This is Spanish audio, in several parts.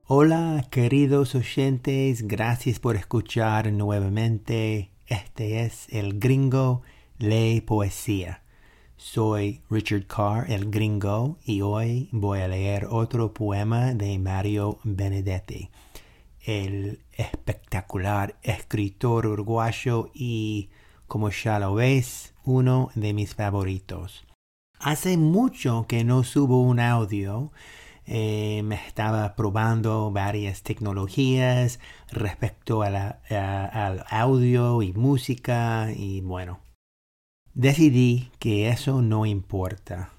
Hola, queridos oyentes, gracias por escuchar nuevamente. Este es El Gringo Lee Poesía. Soy Richard Carr, el Gringo, y hoy voy a leer otro poema de Mario Benedetti, el espectacular escritor uruguayo y, como ya lo ves, uno de mis favoritos. Hace mucho que no subo un audio. Me estaba probando varias tecnologías respecto al audio y música y bueno, decidí que eso no importa.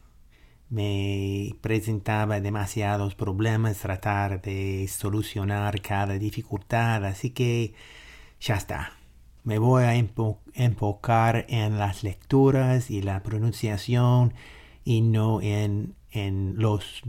Me presentaba demasiados problemas tratar de solucionar cada dificultad, así que ya está. Me voy a enfocar en las lecturas y la pronunciación y no en los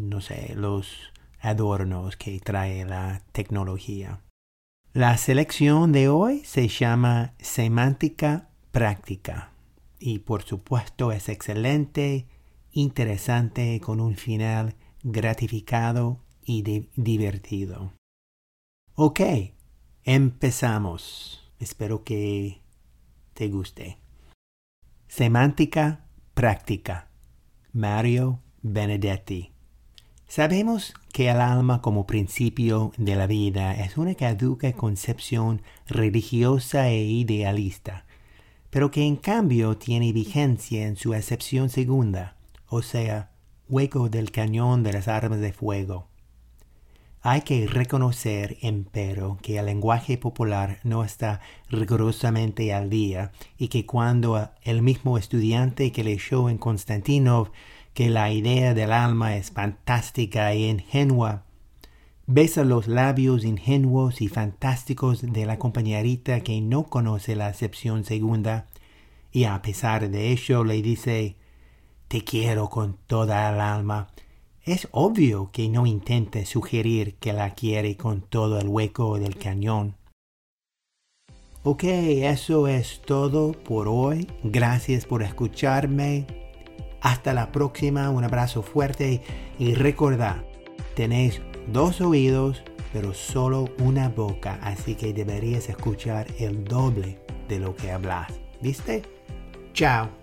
adornos que trae la tecnología. La selección de hoy se llama Semántica Práctica y por supuesto es excelente, interesante, con un final gratificado y divertido. Ok, empezamos. Espero que te guste. Semántica Práctica. Mario Benedetti. Sabemos que el alma como principio de la vida es una caduca concepción religiosa e idealista, pero que en cambio tiene vigencia en su acepción segunda, o sea, hueco del cañón de las armas de fuego. Hay que reconocer, empero, que el lenguaje popular no está rigurosamente al día y que cuando el mismo estudiante que leyó en Konstantinov que la idea del alma es fantástica e ingenua, besa los labios ingenuos y fantásticos de la compañerita que no conoce la acepción segunda y a pesar de ello le dice «Te quiero con toda el alma». Es obvio que no intente sugerir que la quiere con todo el hueco del cañón. Ok, eso es todo por hoy. Gracias por escucharme. Hasta la próxima. Un abrazo fuerte y recordad, tenéis 2 oídos, pero solo una boca, así que deberías escuchar el doble de lo que hablas. ¿Viste? Chao.